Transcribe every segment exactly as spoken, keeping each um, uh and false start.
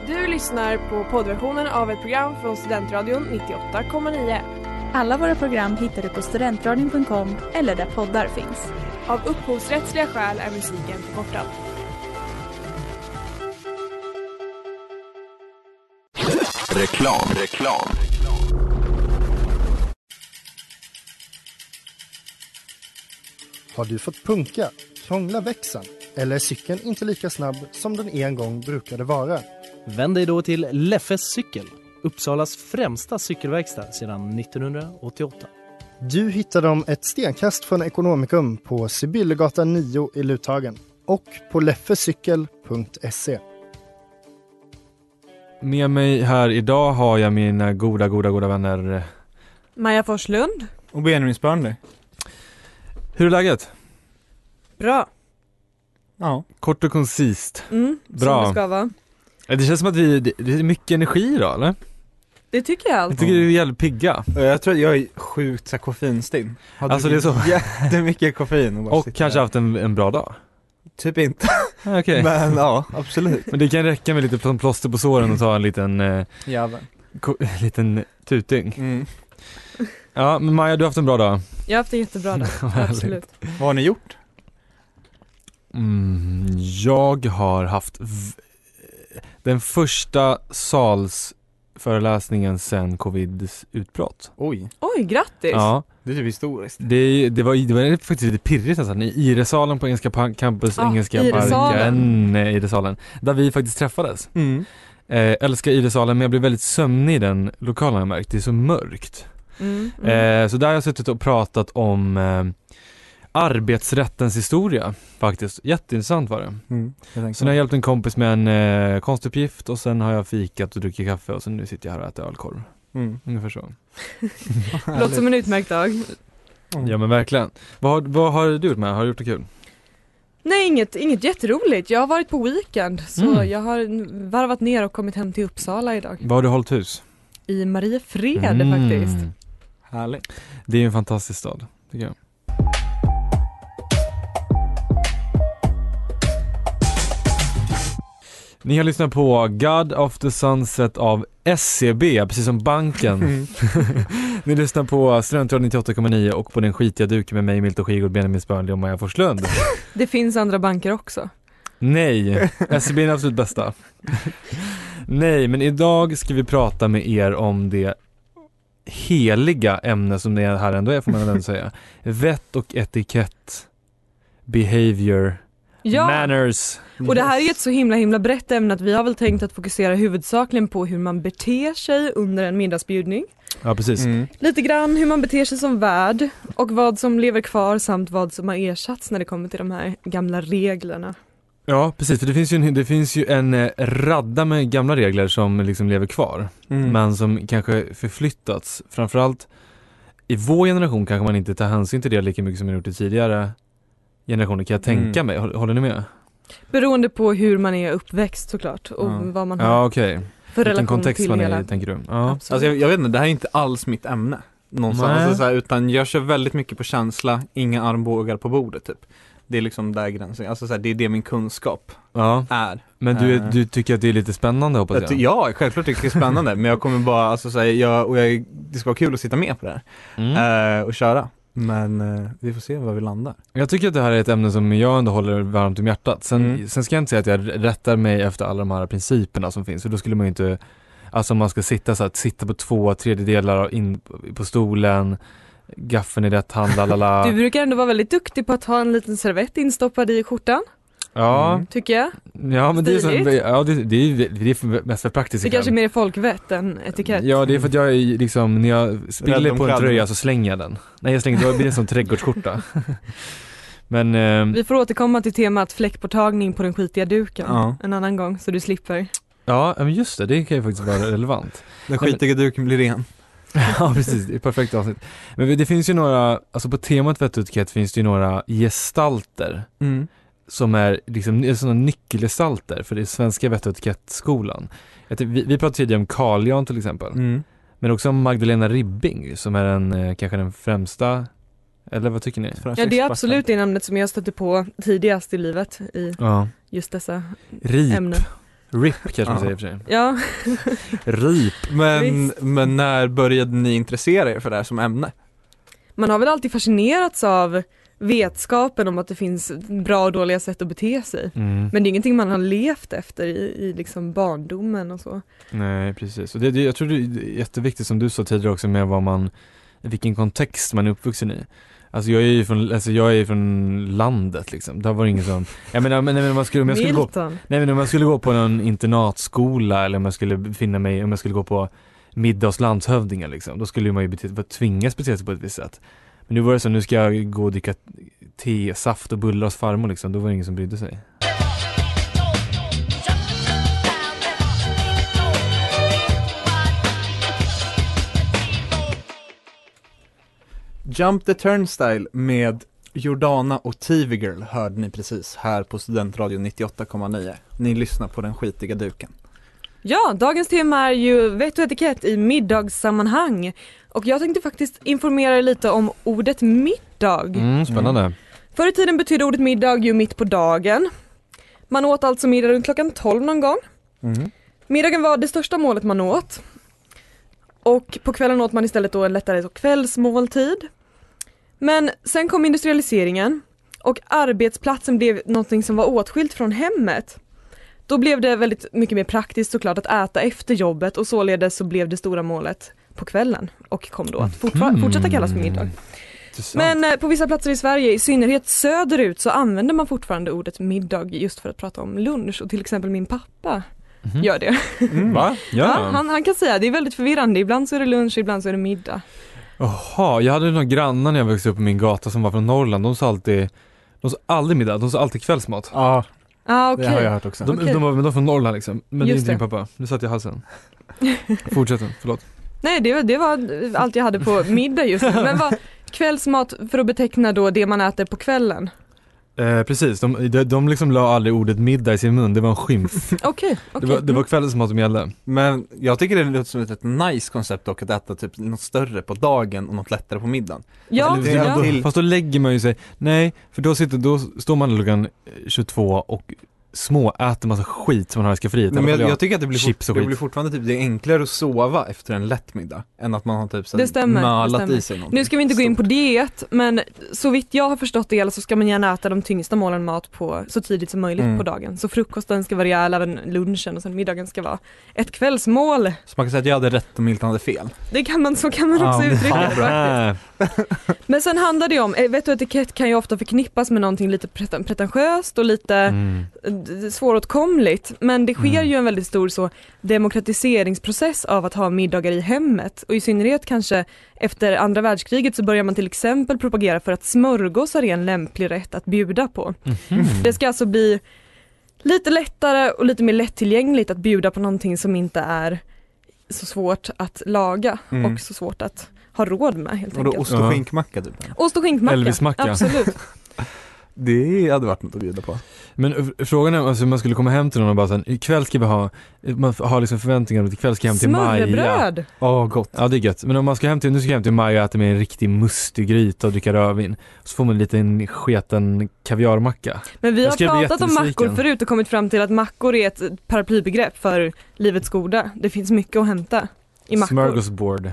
Du lyssnar på poddversionen av ett program från Studentradion nittioåtta komma nio. Alla våra program hittar du på studentradion punkt com eller där poddar finns. Av upphovsrättsliga skäl är musiken förkortad. Reklam, reklam. Har du fått punka, krångla växeln eller är cykeln inte lika snabb som den en gång brukade vara? Vänd dig då till Leffes cykel, Uppsalas främsta cykelverkstad sedan nittonhundraåttioåtta. Du hittar dem ett stenkast från Ekonomikum på Sibyllegatan nio i Luthagen och på leffecykel punkt se. Med mig här idag har jag mina goda, goda, goda vänner Maja Forslund och Benjamin Spörnley. Hur är läget? Bra. Ja. Kort och koncist. Mm, Bra. Som det ska vara. Det känns som att vi, det, det är mycket energi idag, eller? Det tycker jag Jag alltid. tycker det är jävligt pigga. Jag tror att jag är sjukt så här, koffeinstinn. Alltså det är så. Jättemycket koffein. Och, bara Och kanske där. haft en, en bra dag. Typ inte. Okej. Okay. Men ja, absolut. Men det kan räcka med lite pl- plåster på såren och ta en liten, eh, Jävlar. ko- liten tuting. Mm. Ja, men Maja, du har haft en bra dag. Jag har haft en jättebra dag. Absolut. Vad har ni gjort? Mm, jag har haft v- den första salsföreläsningen sen covids utbrott. Oj, Oj, grattis. Ja, det är typ historiskt. det, det, var, det var faktiskt lite pirrigt alltså. I Iresalen på Engelska pa- campus, Ah, Engelska Iresalen. parken, eh, Iresalen, där vi faktiskt träffades. Mm. Eh, älskar Iresalen, men jag blev väldigt sömnig i den lokalen, har jag märkt. Det är så mörkt. Mm, mm. Eh, så där har jag suttit och pratat om eh, arbetsrättens historia faktiskt. Jätteintressant var det. Mm. Jag Så nu har jag hjälpt en kompis med en eh, konstuppgift och sen har jag fikat och druckit kaffe och sen nu sitter jag här och äter ölkorv. Mm. Ungefär så. Låter som en utmärkt dag. Mm. Ja men verkligen. Vad har, vad har du gjort med? Har du gjort det kul? Nej, inget, inget jätteroligt. Jag har varit på weekend. Så Mm. jag har varvat ner och kommit hem till Uppsala idag. Vad har du hållit hus? I Mariefred Mm. faktiskt. Härligt. Det är ju en fantastisk stad, tycker jag. Ni har lyssnat på God of the Sunset av S C B, precis som banken. Mm. Ni lyssnar på Studentradion nittioåtta komma nio och på den skitiga duken med mig, Milton Skigård, Benjamin Spörnley och Maja Forslund. Det finns andra banker också. Nej, S C B är den absolut bästa. Nej, men idag ska vi prata med er om det heliga ämne som det här ändå är, får man ändå säga. Vett och etikett, behavior, Ja, manners. och det här är ett så himla himla brett ämne att vi har väl tänkt att fokusera huvudsakligen på hur man beter sig under en middagsbjudning. Ja, precis. Mm. Lite grann hur man beter sig som värd och vad som lever kvar samt vad som har ersatts när det kommer till de här gamla reglerna. Ja, precis. För det finns ju en, det finns ju en eh, radda med gamla regler som liksom lever kvar. Mm. Men som kanske förflyttats. Framförallt i vår generation kanske man inte tar hänsyn till det lika mycket som man gjort i tidigare generationer, kan jag tänka Mm. mig. Håller, håller ni med? Beroende på hur man är uppväxt såklart och Ja. vad man har Ja, okej. för Vilken relation kontext till man är hela. i, tänker du? Ja. Absolut. Alltså jag, jag vet inte, det här är inte alls mitt ämne någonstans. Nej. Alltså, så här, utan jag kör väldigt mycket på känsla, inga armbågar på bordet typ. Det är liksom där gränsen, alltså så här, det är det min kunskap Ja. är. Men du, Eh. du tycker att det är lite spännande, hoppas Jag jag? ty- Ja, självklart tycker jag det är spännande, men jag kommer bara, alltså så här, jag, och jag, det ska vara kul att sitta med på det här Mm. eh, och köra. Men eh, vi får se var vi landar. Jag tycker att det här är ett ämne som jag ändå håller varmt om hjärtat. Sen, Mm. sen ska jag inte säga att jag rättar mig efter alla de här principerna som finns. För då skulle man ju inte, alltså man ska sitta så att sitta på två tredjedelar in på stolen, gaffeln i rätt hand, lalala. Du brukar ändå vara väldigt duktig på att ha en liten servett instoppad i skjortan, Ja, Mm. tycker jag. ja men det är, så, Stiligt. ja, det, det är ju det är för, mest för praktiskt. Det kanske är mer folkvett än etikett. Ja, det är för att jag är liksom, när jag spiller Rädd om på en kläderna. tröja så slänger jag den. Nej, jag slänger, då blir det en sån trädgårdsskjorta. Men eh, Vi får återkomma till temat fläckborttagning på den skitiga duken Ja. en annan gång så du slipper. ja, men just det, det kan ju faktiskt vara relevant. Den skitiga duken blir ren. Ja, precis, det är ett perfekt avsnitt. Men det finns ju några, alltså på temat vett och etikett finns det ju några gestalter Mm. som är liksom sådana nyckelgestalter för det svenska vett och etikettskolan. Jag tycker- Vi, vi pratade tidigare om Carl Jan till exempel, Mm. men också om Magdalena Ribbing som är en, eh, kanske den främsta, eller vad tycker ni? Ja, det är absolut det namnet som jag stötte på tidigast i livet i Ja, just dessa Rip. ämnen. R I P kanske man Ja. säger för sig. Ja, R I P. Men, Visst. men när började ni intressera er för det här som ämne? man har väl alltid fascinerats av vetskapen om att det finns bra och dåliga sätt att bete sig. Mm. Men det är ingenting man har levt efter i, i liksom barndomen och så. Nej, precis. Och det, det, jag tror det är jätteviktigt som du sa tidigare också med vad man, vilken kontext man är uppvuxen i. Alltså jag är ju från, alltså jag är från landet liksom. Där var det ingen som, jag menar, men, men om man skulle, om jag skulle gå, Milton. nej men om jag skulle gå på någon internatskola eller om jag skulle befinna mig, om jag skulle gå på middag hos landshövdingar liksom, då skulle man ju bete, tvingas bete sig på ett visst sätt. Men nu var det så, nu ska jag gå och dricka te, saft och bullar hos farmor liksom, då var det ingen som brydde sig. Jump the Turnstile med Jordana och T V Girl hörde ni precis här på Studentradion nittioåtta komma nio. Ni lyssnar på den skitiga duken. Ja, dagens tema är ju vett och etikett i middagssammanhang. Och jag tänkte faktiskt informera er lite om ordet middag. Mm, spännande. Förr i tiden betydde ordet middag ju mitt på dagen. Man åt alltså middag runt klockan tolv någon gång. Mm. Middagen var det största målet man åt. Och på kvällen åt man istället då en lättare så kvällsmåltid. Men sen kom industrialiseringen och arbetsplatsen blev någonting som var åtskilt från hemmet. Då blev det väldigt mycket mer praktiskt såklart att äta efter jobbet och således så blev det stora målet på kvällen och kom då att fortfar- Mm. fortsätta kallas för middag. Intressant. Men eh, på vissa platser i Sverige, i synnerhet söderut, så använder man fortfarande ordet middag just för att prata om lunch och till exempel min pappa Mhm. gör det. Mm. Va? Ja, Ja. han, han kan säga det är väldigt förvirrande, ibland så är det lunch, ibland så är det middag. Jaha, jag hade några grannar när jag växte upp på min gata som var från Norrland. De sa alltid, de sa aldrig middag, de sa alltid kvällsmat. Ja, Ah, det okej. har jag hört också. De, Okej. de var men de var från Norrland liksom. Men det är Just inte din det. pappa. Nu satt jag i halsen. Fortsätt, förlåt. Nej, det, var- det var allt jag hade på middag just nu. Men vad, kvällsmat för att beteckna då det man äter på kvällen? Eh, precis, de, de, de liksom la aldrig ordet middag i sin mun. Det var en skymf. Okej, Det okej. var, det var kvällsmat som gällde. Men jag tycker det låter som ett, ett nice koncept dock att äta typ något större på dagen och något lättare på middagen. Ja, Eller, det- ja. då, fast då lägger man ju sig, nej, för då, sitter, då står man klockan tjugotvå och små äter massa skit som man har i skafferiet. Nej, men jag, Eller jag tycker att det blir, chips fort, och det skit. blir fortfarande typ, det är enklare att sova efter en lätt middag än att man har typ så Det stämmer, det malat stämmer. i sig någonting. Nu ska vi inte gå in på stort. diet, men så vitt jag har förstått det hela så ska man gärna äta de tyngsta målen mat på så tidigt som möjligt Mm. på dagen. Så frukosten ska vara rejäl, även lunchen och sen middagen ska vara ett kvällsmål. Så man kan säga att jag hade rätt och Milton hade fel. Det kan man, så kan man Ja, också men uttrycka det Ah, faktiskt. Men sen handlar det om, eh, vett och etikett kan ju ofta förknippas med någonting lite preten- pretentiöst och lite mm. d- svåråtkomligt. Men det sker Mm. ju en väldigt stor så demokratiseringsprocess av att ha middagar i hemmet. Och i synnerhet kanske efter andra världskriget så börjar man till exempel propagera för att smörgåsar är en lämplig rätt att bjuda på. Mhm. Det ska alltså bli lite lättare och lite mer lättillgängligt att bjuda på någonting som inte är så svårt att laga Mm. och så svårt att ha råd med helt Och då enkelt. ost och Ja. skinkmacka typ. Ost och skinkmacka. Elvismacka. Absolut. Det hade varit något att bjuda på. Men f- frågan är, alltså man skulle komma hem till någon och bara såhär, ikväll ska vi ha, man har liksom förväntningar om att ikväll ska jag hem till Maja. Smörrebröd. Åh, gott. Ja, det är gött. Men om man ska hem till, nu ska jag hem till Maja och äta med en riktig mustig gryta och dricka rödvin. Så får man en liten sketen kaviarmacka. Men vi Jag har skulle bli pratat om jättebesviken. mackor förut och kommit fram till att mackor är ett paraplybegrepp för livets goda. Det finns mycket att hämta i mackor. Smörgåsbord.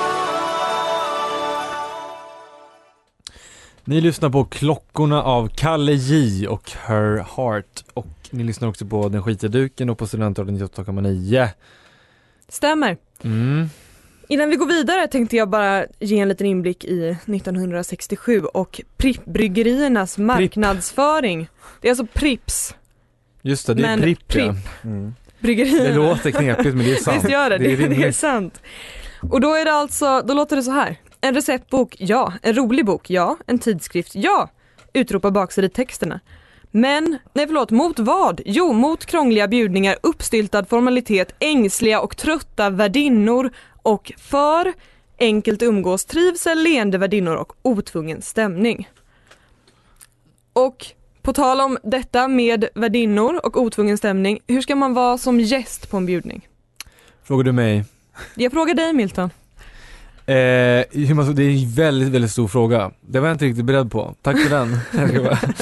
Ni lyssnar på Klockorna av Kalle J och Her Heart. Och ni lyssnar också på Den skitiga duken och på Studentradion nittioåtta komma nio. Stämmer. Mm. Innan vi går vidare tänkte jag bara ge en liten inblick i nittonhundrasextiosju och Pripp-bryggeriernas marknadsföring. Det är alltså Pripps. Just det, det är Men Pripp, ja. Pripp. Mm. Bryggerierna. Det låter knepigt men det är sant. Visst gör det, det, det är det är rimligt. sant. Och då är det alltså, då låter det så här. En receptbok, ja. En rolig bok, ja. En tidskrift, ja. Utropar baksidetexterna. Men, nej förlåt, mot vad? Jo, mot krångliga bjudningar, uppstyltad formalitet, ängsliga och trötta värdinnor och för enkelt umgås, trivsel, leende värdinnor och otvungen stämning. Och på tal om detta med värdinnor och otvungen stämning, hur ska man vara som gäst på en bjudning? Frågar du mig? Jag frågar dig, Milton. Eh, hur man, det är en väldigt, väldigt stor fråga. Det var jag inte riktigt beredd på. Tack för den. Jag ska bara-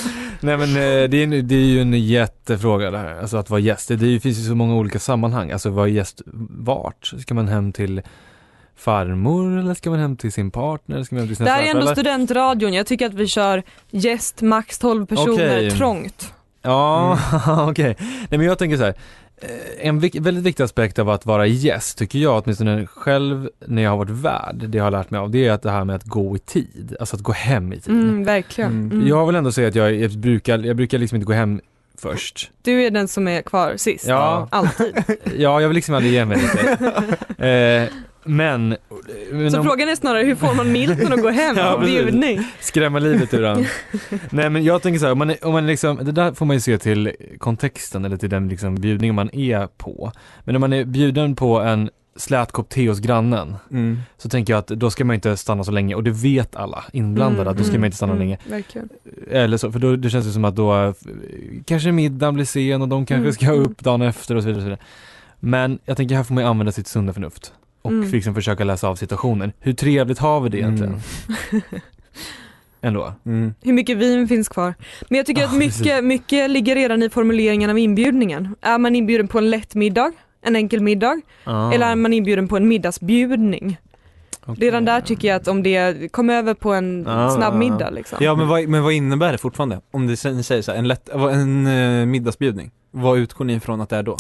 Nej men eh, det, är, en- det är ju en jättefråga det här. Alltså att vara gäst. Det, det finns ju så många olika sammanhang. Alltså vara gäst vart? Ska man hem till farmor eller ska man hem till sin partner? Ska man hem till sina Det här är ändå föräldrar? studentradion. Jag tycker att vi kör gäst max tolv personer, Okej. trångt. Ja, okej. Nej men jag tänker så här. eh, En vik- väldigt viktig aspekt av att vara gäst tycker jag, åtminstone själv när jag har varit värd, det jag har lärt mig av, det är att det här med att gå i tid. Alltså att gå hem i tid. Mm, verkligen. Mm. Mm. Jag vill ändå säga att jag, jag, brukar, jag brukar liksom inte gå hem först. Du är den som är kvar sist. Ja. Alltid. Ja, jag vill liksom aldrig ge mig lite. eh, men... men Så om- frågan är snarare, hur får man Milton att gå hem Ja, på precis. bjudning? skrämma livet ur han. Nej men jag tänker så här, om man, är- om man liksom, det där får man ju se till kontexten eller till den liksom bjudningen man är på. Men om man är bjuden på en slät kopp te hos grannen, Mm. så tänker jag att då ska man inte stanna så länge, och det vet alla inblandade, att då ska man inte stanna mm, länge. Verkligen. Eller så, för då det känns det som att då eh, kanske middagen blir sen och de kanske Mm. ska upp dagen efter och så vidare, och så vidare. Men jag tänker här får man ju använda sitt sunda förnuft och Mm. liksom försöka läsa av situationen. Hur trevligt har vi det egentligen? Mm. Ändå. Mm. Hur mycket vin finns kvar? Men jag tycker Ja, att mycket, mycket ligger redan i formuleringen av inbjudningen. Är man inbjuden på en lätt middag, en enkel middag, Ah. eller är man inbjuden på en middagsbjudning? Okej. Redan där tycker jag att om det kom över på en Ah. snabb middag liksom. Ja, men vad, men vad innebär det fortfarande? Om det, ni säger så här, en, lätt, en uh, middagsbjudning, vad utgår ni ifrån att det är då?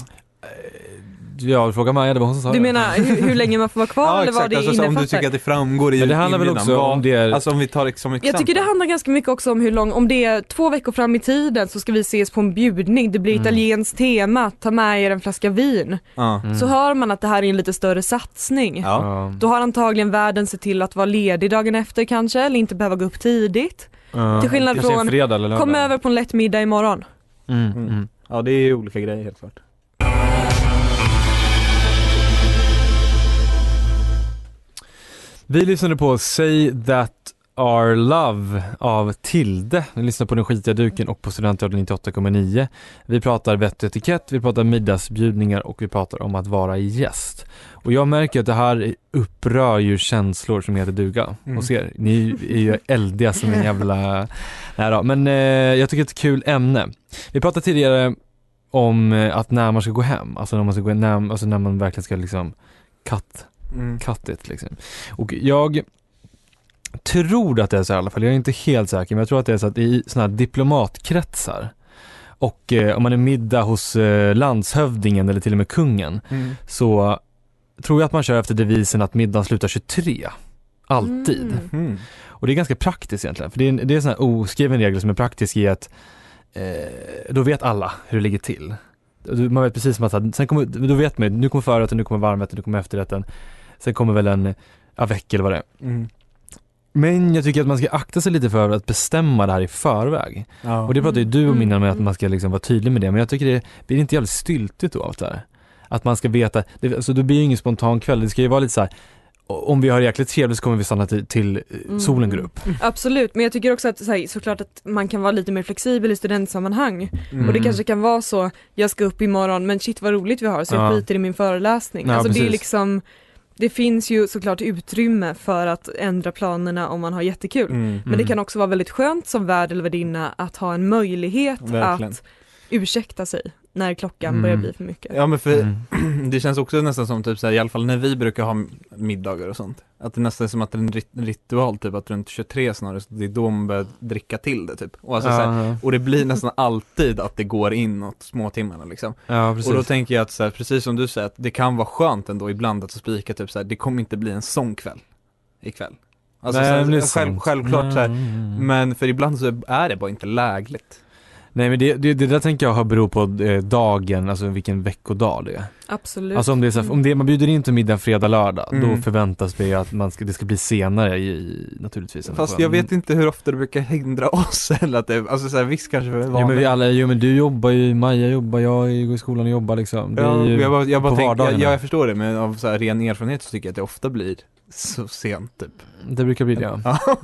Ja, fråga Maja, det var hon som sa Du det. menar hur, hur länge man får vara kvar eller vad det alltså, så om innefattar? du tycker att det framgår i Men det handlar väl inbjudan, också vad- om det är... Alltså om vi tar det som exempel. Jag tycker det handlar ganska mycket också om hur lång, om det är två veckor fram i tiden så ska vi ses på en bjudning, det blir Mm. italienskt tema, ta med er en flaska vin. Ja. Mm. Så hör man att det här är en lite större satsning. Ja. Ja. Då har antagligen världen sett till att vara ledig dagen efter kanske, eller inte behöva gå upp tidigt. Ja. Till skillnad Kanske en från, fredag eller lördag. Kom över på en lätt middag imorgon. Mm. Mm. Mm. Ja, det är ju olika grejer helt klart. Vi lyssnade på Say That Our Love av Tilde. Vi lyssnar på Den skitiga duken och på Studentradion nittioåtta komma nio. Vi pratar vett och etikett, vi pratar middagsbjudningar och vi pratar om att vara gäst. Och jag märker att det här upprör ju känslor som heter duga Mm. hos er. Ni är ju eldiga som en jävla... Nej då. Men eh, jag tycker det är ett kul ämne. Vi pratade tidigare om eh, att när man ska gå hem, alltså när man ska gå när, alltså när man verkligen ska liksom cut Mm. cut it liksom. Och jag tror att det är så här, i alla fall, jag är inte helt säker, men jag tror att det är så att i såna här diplomatkretsar och eh, om man är middag hos eh, landshövdingen eller till och med kungen, Mm. så tror jag att man kör efter devisen att middagen slutar tjugotre. Alltid. Mm. Mm. Och det är ganska praktiskt egentligen, för det är en, det är en sån här oskriven regel som är praktisk i att eh, då vet alla hur det ligger till. Du- Man vet precis som att så här, sen kommer, då vet man, nu kommer förrätten, nu kommer varmrätten, nu kommer efterrätten. Sen kommer väl en avec eller vad det är. Mm. Men jag tycker att man ska akta sig lite för att bestämma det här i förväg. Ja. Och det pratade ju du om Mm. innan med att man ska liksom vara tydlig med det. Men jag tycker det blir inte jävligt styltigt då allt det här. Att man ska veta, det, alltså det blir ju ingen spontan kväll. Det ska ju vara lite så här: om vi har jäkligt trevligt så kommer vi stanna till, till Mm. solen går upp. Absolut, men jag tycker också att så här, såklart att man kan vara lite mer flexibel i studentsammanhang. Mm. Och det kanske kan vara så, jag ska upp imorgon men shit vad roligt vi har så jag Ja. skiter i min föreläsning. Ja, alltså det är precis. liksom, det finns ju såklart utrymme för att ändra planerna om man har jättekul. Mm. Men det kan också vara väldigt skönt som värd eller värdinna att ha en möjlighet Verkligen. att ursäkta sig när klockan Mm. börjar bli för mycket. Ja, men för Mm. det känns också nästan som typ så här, i alla fall när vi brukar ha middagar och sånt, att det nästan är som att det är en rit- ritual typ att runt tjugotre snarare, så det är då man börjar dricka till det typ. Och, alltså, så här, Ja, och det blir nästan alltid att det går in åt småtimmarna liksom. ja, precis. Och då tänker jag att så här, precis som du säger, att det kan vara skönt ändå ibland att spika typ så här, det kommer inte bli en sån kväll ikväll. Alltså Nej, så här, men det är själv, sant. självklart så här, Mm. men för ibland så är det bara inte lägligt. Nej, men det, det, det där tänker jag har beror på eh, dagen, alltså vilken veckodag det är. Absolut. Alltså om det är så här, om det, man bjuder in till middag fredag, lördag, Mm. då förväntas det att man ska, det ska bli senare i, i naturligtvis. Fast jag vet inte hur ofta det brukar hindra oss eller att det, alltså så här, visst kanske vi är vana. Jo men vi alla, jo men du jobbar ju, Maja jobbar, jag går i skolan och jobbar liksom. Det är Ja, ju jag bara, jag bara på tänker, jag, vardagarna. ja, jag förstår det, men av så här ren erfarenhet så tycker jag att det ofta blir så sent typ. Det brukar bli det, ja.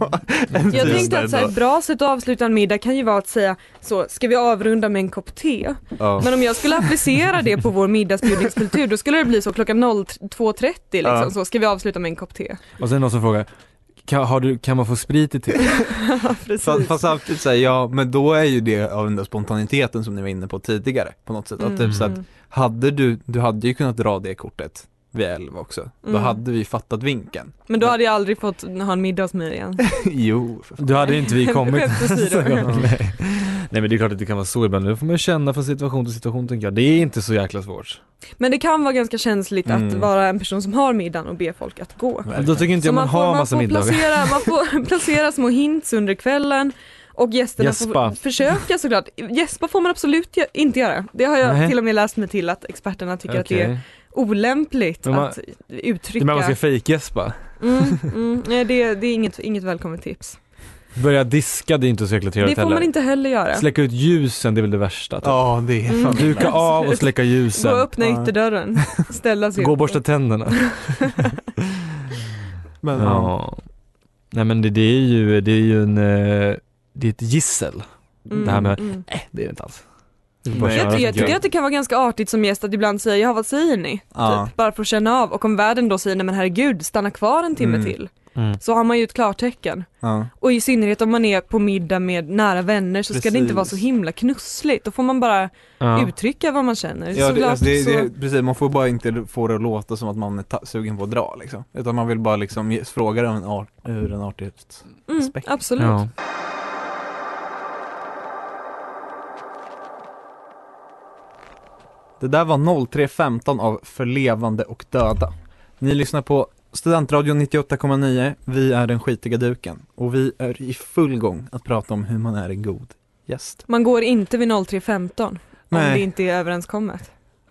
En Jag tisdag tänkte att så här, ändå. ett bra sätt att avsluta en middag kan ju vara att säga så, ska vi avrunda med en kopp te? Ja. Men om jag skulle applicera det på vår middagsbjudningskultur då skulle det bli så klockan två trettio liksom, Ja. så ska vi avsluta med en kopp te. Och sen någon som frågar, kan, har du, kan man få sprit i te? Precis. Fast, fast samtidigt säger ja, men då är ju det av den där spontaniteten som ni var inne på tidigare på något sätt. Att typ så att hade du, du hade ju kunnat dra det kortet vid elva också. Mm. Då hade vi fattat vinkeln. Men då hade jag aldrig fått ha en middag hos mig igen. Jo. Då hade inte vi kommit. Skämt åsido. Nej. Nej, men det är klart att det kan vara så ibland. Nu får man känna från situation till situation, tänker jag. Det är inte så jäkla svårt. Men det kan vara ganska känsligt att Mm. vara en person som har middagen och be folk att gå. Men då tycker inte jag man, får, har man massa får middagar. placera, man får placera små hints under kvällen. Och gästerna Gäspa. får försöka såklart. Gäspa får man absolut ge- inte göra. Det har jag Nej. till och med läst mig till att experterna tycker att det Okej. är olämpligt Men man- att uttrycka. Men man ska fejkgäspa. Mm, mm, nej, det, det är inget, inget välkommet tips. Börja diska, det är inte så jäkla Det trevligt får man heller. inte heller göra. Släcka ut ljusen, det är väl det värsta. Typ. Ja, det är Mm. fan Duka av och släcka Gå ljusen. och öppna Ja. ytterdörren. Ställa sig Gå och upp. borsta tänderna. Men, ja. Ja. Nej, men det, det är ju det är ju en eh, det är ett gissel. Mm, Det här med mm. nej, det är det inte alls. Nej. Bara köra Jag, som jag tycker grej. att det kan vara ganska artigt som gäst att ibland säga, ja vad säger ni? Ja. Typ, bara för att känna av. Och om världen då säger, nej men herregud, stanna kvar en timme Mm. till. Mm. Så har man ju ett klartecken. Ja. Och i synnerhet om man är på middag med nära vänner så ska det inte vara så Precis. himla knussligt. Då får man bara Ja. uttrycka vad man känner. Ja, det, Såklart, alltså det, så... det, precis, man får bara inte få det att låta som att man är ta- sugen på att dra liksom. Utan man vill bara liksom ge, fråga den art, ur en artighet. mm, aspekt. absolut. Ja. Det där var noll tre femton av För levande och döda. Ni lyssnar på Studentradion nittioåtta komma nio. Vi är den skitiga duken. Och vi är i full gång att prata om hur man är en god gäst. Man går inte vid noll tre femton om Nej. det inte är överenskommet.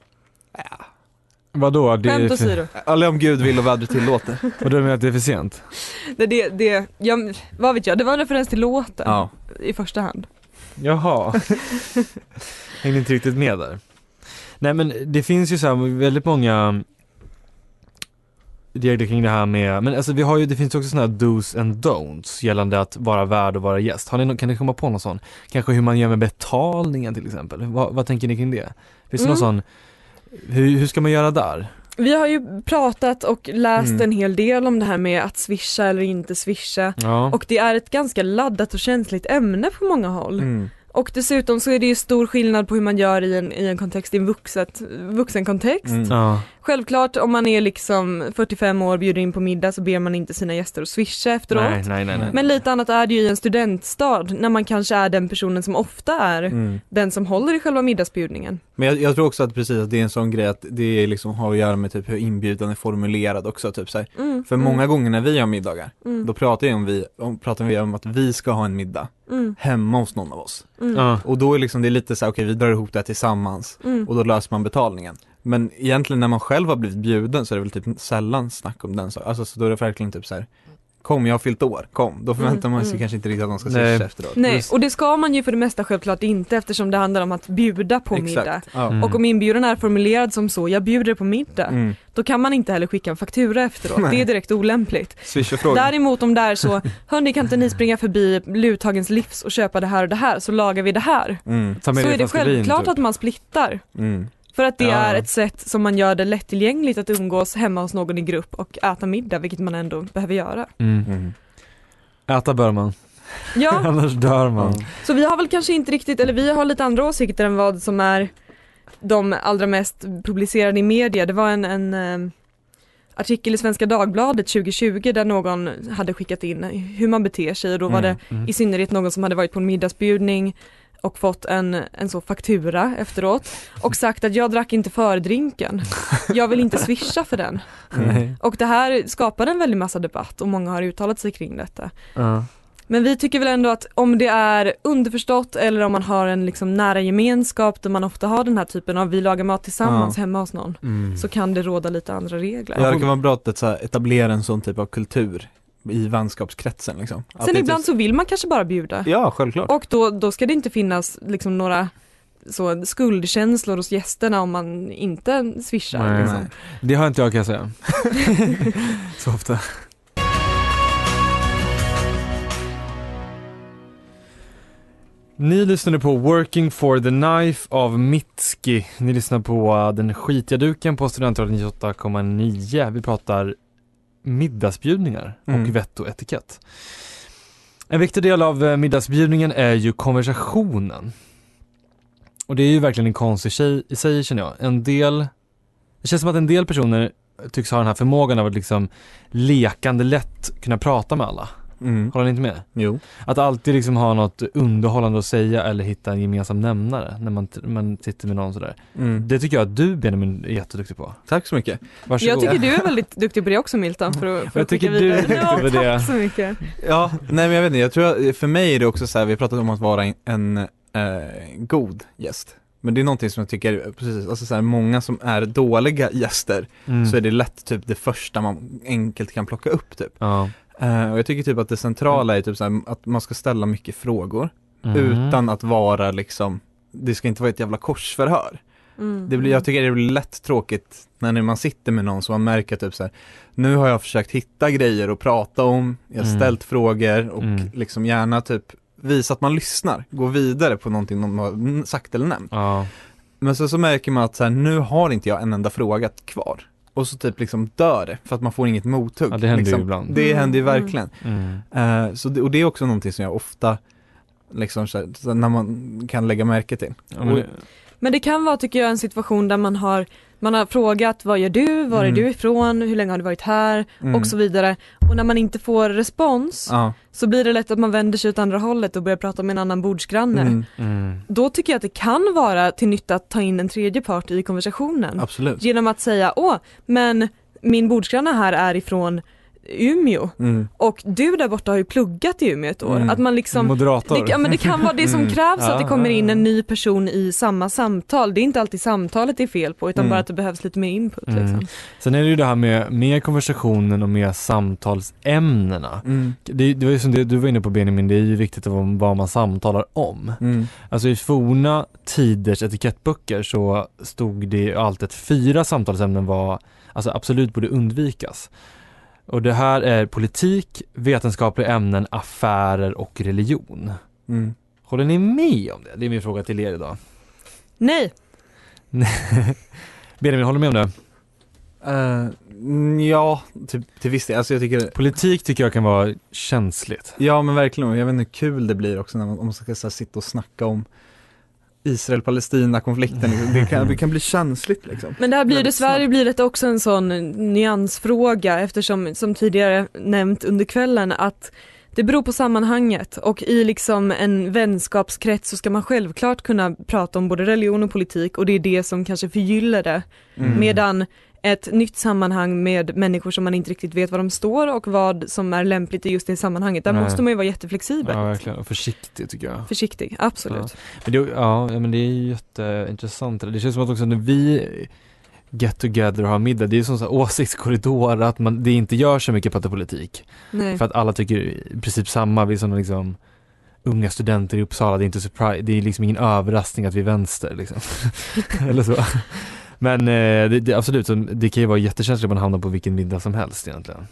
Vadå? Det är Skämt för, åsido. Eller om Gud vill och vädret tillåter. vadå menar att det är för sent? Det, det, det, ja, vad vet jag, det var en referens till låten Ja. i första hand. Jaha. Hängde inte riktigt med där. Nej, men det finns ju så här väldigt många regler kring det här med, men alltså vi har ju, det finns också såna här do's and don'ts gällande att vara värd och vara gäst. Har ni, no- kan ni komma på någon sån? Kanske hur man gör med betalningen till exempel. Vad, vad tänker ni kring det? Finns det Mm. någon sån, hur, hur ska man göra där? Vi har ju pratat och läst Mm. en hel del om det här med att swisha eller inte swisha. Ja. Och det är ett ganska laddat och känsligt ämne på många håll. Mm. Och dessutom så är det ju stor skillnad på hur man gör i en, i en kontext, i en vuxet, vuxenkontext. Mm. Ja. Självklart om man är liksom fyrtiofem år och bjuder in på middag så ber man inte sina gäster att swisha efteråt. Nej, nej, nej, nej. Men lite annat är det ju i en studentstad när man kanske är den personen som ofta är Mm. den som håller i själva middagsbjudningen. Men jag, jag tror också att precis att det är en sån grej att det är liksom har att göra med typ hur inbjudan är formulerad också typ så här. Mm, För mm, många gånger när vi har middagar, mm, då pratar, jag om vi, om, pratar vi om att vi ska ha en middag mm, hemma hos någon av oss. mm, Ja. Och då är liksom det är lite så här, okej vi drar ihop det här tillsammans mm. och då löser man betalningen. Men egentligen när man själv har blivit bjuden så är det väl typ sällan snack om den så. Alltså så då är det verkligen typ så här: kom, jag har fyllt år, kom. Då förväntar Mm, man sig mm. kanske inte riktigt att någon ska Nej. swisha efteråt. Nej, Just- och det ska man ju för det mesta självklart inte eftersom det handlar om att bjuda på middag. Exakt. Ja. Mm. Och om inbjudan är formulerad som så, jag bjuder på middag, Mm. då kan man inte heller skicka en faktura efteråt. Nej. Det är direkt olämpligt. Swisha-frågan. Däremot om det är så, hörni kan inte ni springa förbi Luthagens livs och köpa det här och det här så lagar vi det här. Mm. Ta med Så dig är det en flaska vin, självklart typ. att man splittar. Mm. För att det Ja. är ett sätt som man gör det lättillgängligt att umgås hemma hos någon i grupp och äta middag, vilket man ändå behöver göra. Mm. Mm. Äta bör man. Ja, Annars dör man. Ja. så vi har väl kanske inte riktigt, eller vi har lite andra åsikter än vad som är de allra mest publicerade i media. Det var en, en eh, artikel i Svenska Dagbladet tjugo tjugo där någon hade skickat in hur man beter sig och då var det Mm. i synnerhet någon som hade varit på en middagsbjudning och fått en, en så faktura efteråt och sagt att jag drack inte fördrinken. Jag vill inte swisha för den. Nej. Och det här skapade en väldig massa debatt och många har uttalat sig kring detta. Ja. Men vi tycker väl ändå att om det är underförstått eller om man har en liksom nära gemenskap där man ofta har den här typen av vi lagar mat tillsammans Ja. hemma hos någon, Mm. så kan det råda lite andra regler. Ja, det kan vara bra att så här, etablera en sån typ av kultur i vänskapskretsen liksom. Att Sen det ibland inte- så vill man kanske bara bjuda. Ja, självklart. Och då, då ska det inte finnas liksom några så skuldkänslor hos gästerna om man inte swishar. Nej. Liksom. Nej. Det har inte jag, kan jag säga. Så ofta. Ni lyssnade på Working for the Knife av Mitski. Ni lyssnar på uh, den skitiga duken på Studentradion nittioåtta komma nio. Vi pratar middagsbjudningar Mm. och vett och etikett. En viktig del av eh, middagsbjudningen är ju konversationen. Och det är ju verkligen en konstig tjej i sig, känner jag. En del, det känns som att en del personer tycks ha den här förmågan av att liksom lekande lätt kunna prata med alla. Mm. Håller ni inte med? Jo. Att alltid liksom ha något underhållande att säga eller hitta en gemensam nämnare när man, man sitter med någon sådär. Mm. Det tycker jag att du, Benjamin, är jätteduktig på. Tack så mycket. Varsågod. Jag tycker du är väldigt duktig på det också, Milton, för att, för Jag att skicka tycker du är vidare. duktig på Ja, det. tack så mycket. Ja, nej men jag vet inte, jag tror att för mig är det också så här, vi har pratat om att vara en, en eh, god gäst. Men det är någonting som jag tycker, precis, alltså så här, många som är dåliga gäster, Mm. så är det lätt typ det första man enkelt kan plocka upp typ. Ja. Eh, och jag tycker typ att det centrala är typ så här, att man ska ställa mycket frågor Mm. utan att vara liksom, det ska inte vara ett jävla korsförhör. Mm. Det blir, jag tycker det blir lätt tråkigt när man sitter med någon som man märker typ så här, nu har jag försökt hitta grejer att prata om, jag har Mm. ställt frågor och Mm. liksom gärna typ visa att man lyssnar, gå vidare på någonting de har sagt eller nämnt. Ja. Men så, så märker man att så här, nu har inte jag en enda fråga kvar. Och så typ liksom dör det för att man får inget mothugg. Ja, det händer ju liksom. ibland. Det Mm. händer ju Mm. verkligen. Mm. Eh, så det, och det är också någonting som jag ofta liksom så här, så när man kan lägga märke till. Ja, men, Men det kan vara, tycker jag, en situation där man har man har frågat, vad gör du, var är Mm. du ifrån, hur länge har du varit här Mm. och så vidare. Och när man inte får respons Ja. så blir det lätt att man vänder sig åt andra hållet och börjar prata med en annan bordsgranne. Mm. mm. Då tycker jag att det kan vara till nytta att ta in en tredje part i konversationen. Absolut. Genom att säga, åh, men min bordsgranne här är ifrån Umeå Mm. och du där borta har ju pluggat i Umeå ett år. Mm. Att man liksom Moderator. det, ja, men det kan vara det som Mm. krävs, Ja, att det kommer ja, in ja. en ny person i samma samtal. Det är inte alltid samtalet det är fel på, utan Mm. bara att det behövs lite mer input. Mm. Liksom. Sen är det ju det här med, med konversationen och med samtalsämnena. Mm. Det, det var ju som det, du var inne på, Benjamin, det är ju viktigt att vad, vad man samtalar om. Mm. Alltså i forna tiders etikettböcker så stod det alltid att fyra samtalsämnen var, alltså absolut borde undvikas. Och det här är politik, vetenskapliga ämnen, affärer och religion. Mm. Håller ni med om det? Det är min fråga till er idag. Nej, Benjamin, håller du med om det? Eh, mm, ja, till, till viss del. Alltså jag tycker, Politik tycker jag kan vara känsligt. ja men verkligen, jag vet inte hur kul det blir också när man, om man ska så här, sitta och snacka om Israel-Palestina-konflikten. Liksom. Det, kan, det kan bli känsligt liksom. men det här blir Väldigt dessvärre snabbt. blir det också en sån nyansfråga, eftersom som tidigare nämnt under kvällen att det beror på sammanhanget, och i liksom en vänskapskrets så ska man självklart kunna prata om både religion och politik, och det är det som kanske förgyller det. Mm. Medan ett nytt sammanhang med människor som man inte riktigt vet var de står och vad som är lämpligt i just det sammanhanget, där Nej. måste man ju vara jätteflexibel. Ja, verkligen. Och försiktig tycker jag. Försiktig, absolut. Men det, ja, men det är ju jätteintressant. Det känns som att också när vi get together och har middag, det är som så här åsiktskorridor, att man, det inte gör så mycket på politik. Nej. För att alla tycker i princip samma. Vi är som liksom unga studenter i Uppsala, det är inte surprise, det är liksom ingen överraskning att vi är vänster liksom. Eller så. Men eh, det, det, absolut, så det kan ju vara jättekänsligt att man hamnar på vilken middag som helst egentligen.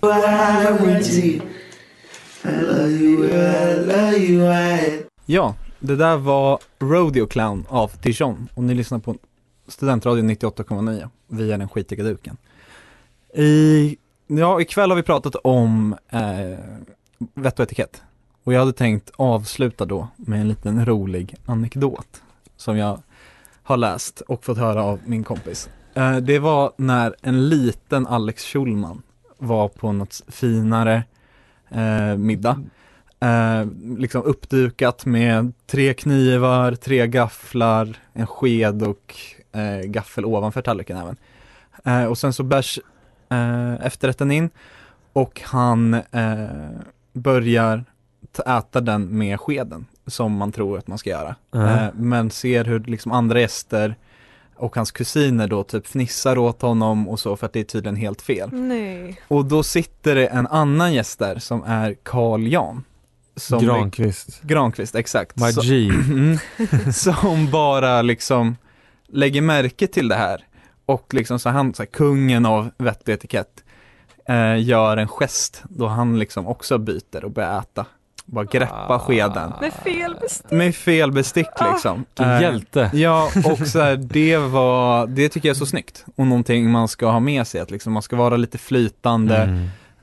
Ja, det där var Rodeo Clown av Dijon och ni lyssnar på Studentradion nittioåtta komma nio via den skitiga duken. I, ja, ikväll har vi pratat om eh, vett och etikett. Och jag hade tänkt avsluta då med en liten rolig anekdot som jag har läst och fått höra av min kompis. Eh, det var när en liten Alex Schulman var på något finare eh, middag. Eh, liksom uppdukat med tre knivar, tre gafflar, en sked och eh, gaffel ovanför tallriken även. Eh, och sen så bärs eh, efterrätten in och han eh, börjar ta- äta den med skeden som man tror att man ska göra. Mm. Eh, men ser hur liksom andra gäster och hans kusiner då typ fnissar åt honom och så, för att det är tydligen helt fel. Nej. Och då sitter det en annan gäst där som är Carl Jan. Som Granqvist. Granqvist, exakt. My Så- G. Mm. Som bara liksom lägger märke till det här. Och liksom så han, så här, kungen av vett och etikett, eh, gör en gest då han liksom också byter och börjar äta. Bara greppa Ah. skeden. Med fel bestick. Med fel bestick liksom. Vilken Eh, hjälte. Ja, och så här, det var, det tycker jag är så snyggt. Och någonting man ska ha med sig, att liksom man ska vara lite flytande. Mm.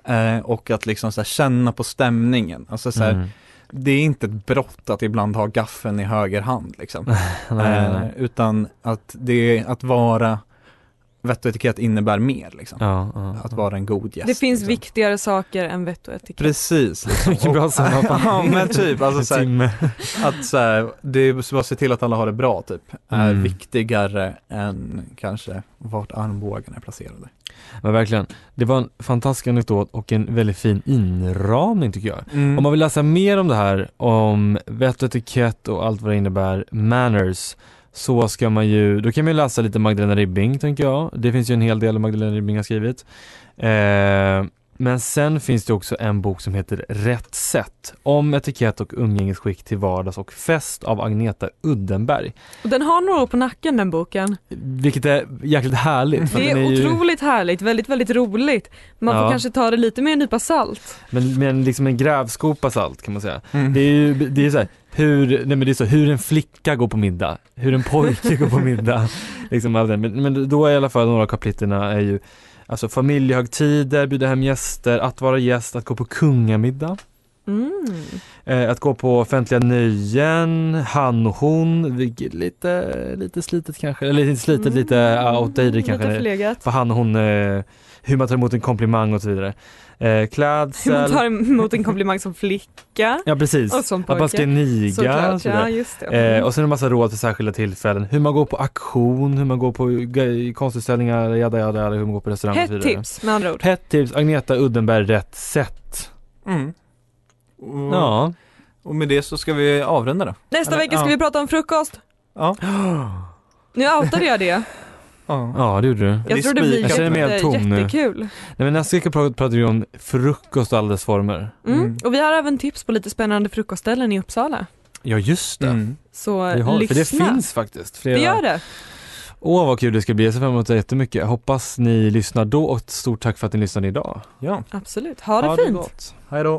Eh, och att liksom så här, känna på stämningen. Alltså så här, Mm. det är inte ett brott att ibland ha gaffeln i höger hand liksom. nej, nej, nej. Eh, utan att det att vara vett och etikett innebär mer liksom. Ja, ja, Att vara en god gäst. Det finns liksom. viktigare saker än vett och etikett. Precis. Liksom. Vilken bra sammanfattning. Ja, men typ alltså, så här, Timme. att så här, det är bara att se till att alla har det bra typ är Mm. viktigare än kanske vart armbågarna är placerade. Men verkligen, det var en fantastisk anekdot och en väldigt fin inramning tycker jag. Mm. Om man vill läsa mer om det här, om vett och etikett och allt vad det innebär, manners, så ska man ju, då kan man ju läsa lite Magdalena Ribbing tänker jag. Det finns ju en hel del Magdalena Ribbing har skrivit. Eh, men sen finns det också en bok som heter Rätt sätt, om etikett och umgängesskick till vardags och fest av Agneta Uddenberg. Och den har några år på nacken den boken. Vilket är jäkligt härligt. för Det den är ju, otroligt härligt, väldigt väldigt roligt. Man Ja. får kanske ta det lite med en nypa salt. men, men liksom en grävskopa salt kan man säga. Mm. Det är ju det är så här, hur, nej men det är så, hur en flicka går på middag, hur en pojke går på middag. Liksom all den. Men, men då är i alla fall några kapitlerna är ju alltså familjehögtider, bjuda hem gäster, att vara gäst, att gå på kungamiddag. Mm. Eh, att gå på offentliga nöjen, han och hon, vilket lite, lite slitet kanske, eller inte slitet, Mm. lite outdated kanske. Lite förlegat. För han och hon, eh, hur man tar emot en komplimang och så vidare. Eh, Hur man klädsel. tar emot en komplimang som flicka Ja, precis. och som Att man pojke. ska niga. Såklart, och så vidare. ja just det. Eh, och sen en massa råd för särskilda tillfällen. Hur man går på auktion, hur man går på g- konstutställningar, jada, jada, jada, hur man går på restaurang och så Hett vidare. tips med andra ord. Hett tips, Agneta Uddenberg, Rätt sätt. Mm. Och, Ja. och med det så ska vi avrunda då. Nästa Eller, vecka ska ja. vi prata om frukost. Ja. Nu outade jag det. Ja. Ja, det gjorde du. Det Jag är tror det blir spikat. Jag känner mig helt jätte, tom nu. jättekul. Nej, men nästa vecka pratar pratar vi om frukost och alla dess former. Mm. Mm. Och vi har även tips på lite spännande frukostställen i Uppsala. Ja, just det. Mm. Så Vi har, för lyssna. det finns faktiskt flera. Det gör det. Åh, vad kul det ska bli. Jag ser fram emot det jättemycket. Jag hoppas ni lyssnar då och ett stort tack för att ni lyssnade idag. Ja. Absolut. Ha det fint. gott. Hej då.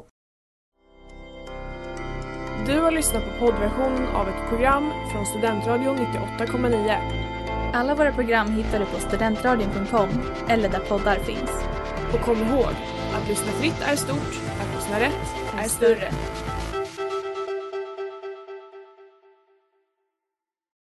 Du har lyssnat på poddversionen av ett program från Studentradion nittioåtta komma nio. Alla våra program hittar du på studentradion punkt com eller där poddar finns. Och kom ihåg, att lyssna fritt är stort, att lyssna rätt är större.